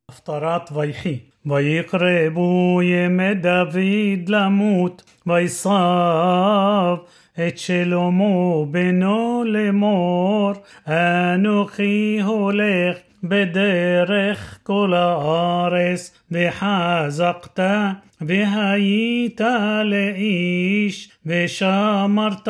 הפטרת ויחי. ויקרבו ימי דוד למות, ויסב את שלמה בנו לאמור, אנוכי הולך בדרך כל הארץ, וחזקת והיית לאיש, ושמרת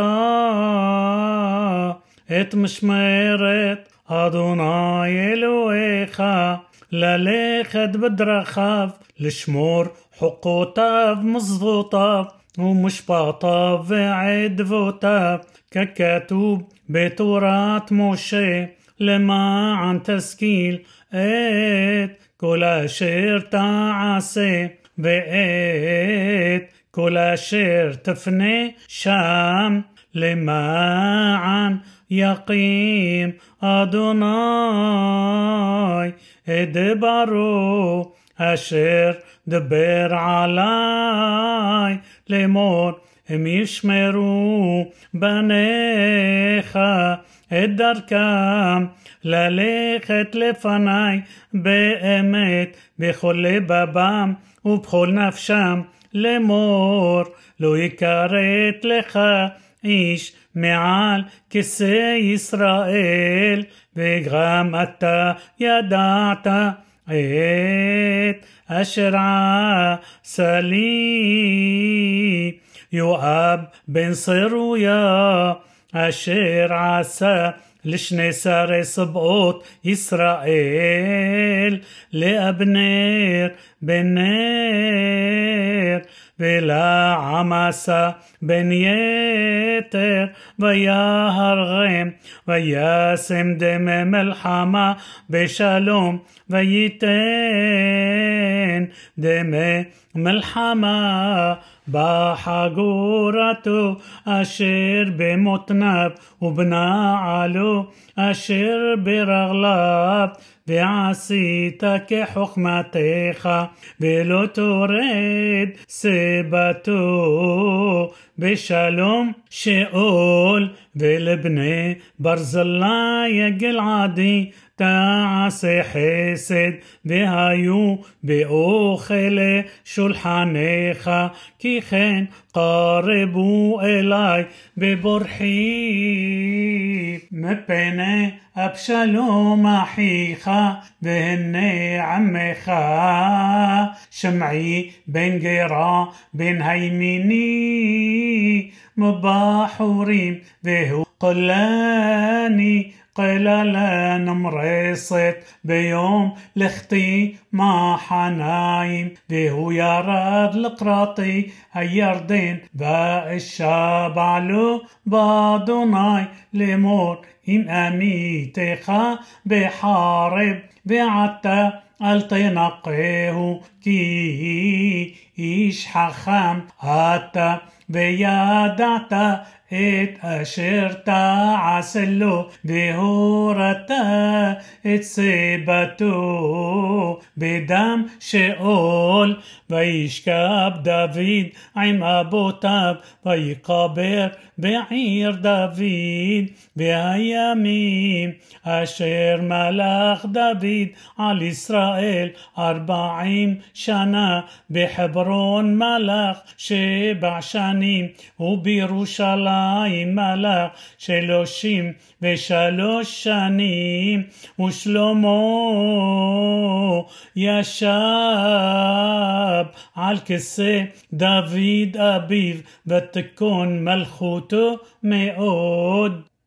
את משמרת אדוני אלוהיך, ללכת בדרכיו, לשמור חוקותיו מצוותיו ומשפטיו ועדבותיו, ככתוב בתורת משה, למען תשכיל את כל אשר תעשה, ואת כל אשר תפנה שם, למען יקים אדוני את דברו אשר דבר עלי לאמור, הם ישמרו בניך את דרכם, ללכת לפני באמת בכל לבבם ובכל נפשם, לאמור, לא יכרת לך איש מעל כיסא ישראל, וגם אתה ידעת את אשר עשה לי יואב בן צרויה, אשר עשה לשני שרי סבאות ישראל, לאבנר בן נר ולעמסה בן יתר, ויהרגם וישם דמי מלחמה בשלום, וייתן דמי מלחמה בחגורתו אשר במותניו, ובנעלו אשר ברגליו, ועשית כחוכמתך, ולא תורד סבתו בשלום. שאול ולבני ברזלי הגלעדי תעשה חסד, והיו באוכל שולחנך, כי כן קרבו אלי בבורחי מפני אבשלום אחיך, והנה עמך שמעי בן גרה בן הימיני מבחורים, והוא קלני قللا نمرصت ביום לכתי מחניים, והוא ירד לקראתי הירדן, ואשבע לו באדוני לאמור, אם אמיתך בחרב, ועתה אל תנקהו, כי איש חכם אתה, וידעת את אשר תעשה לו, והורדת את סבתו בדם שאול. וישכב דוד עם אבותיו, ויקבר בעיר דוד. והימים אשר מלך דוד על ישראל 40 שנה, בחברון מלך 7 שנים, ובירושלים מלך 33 שנים. ושלמה ישב על כיסא דוד אביו, ותכון מלכותו מאוד.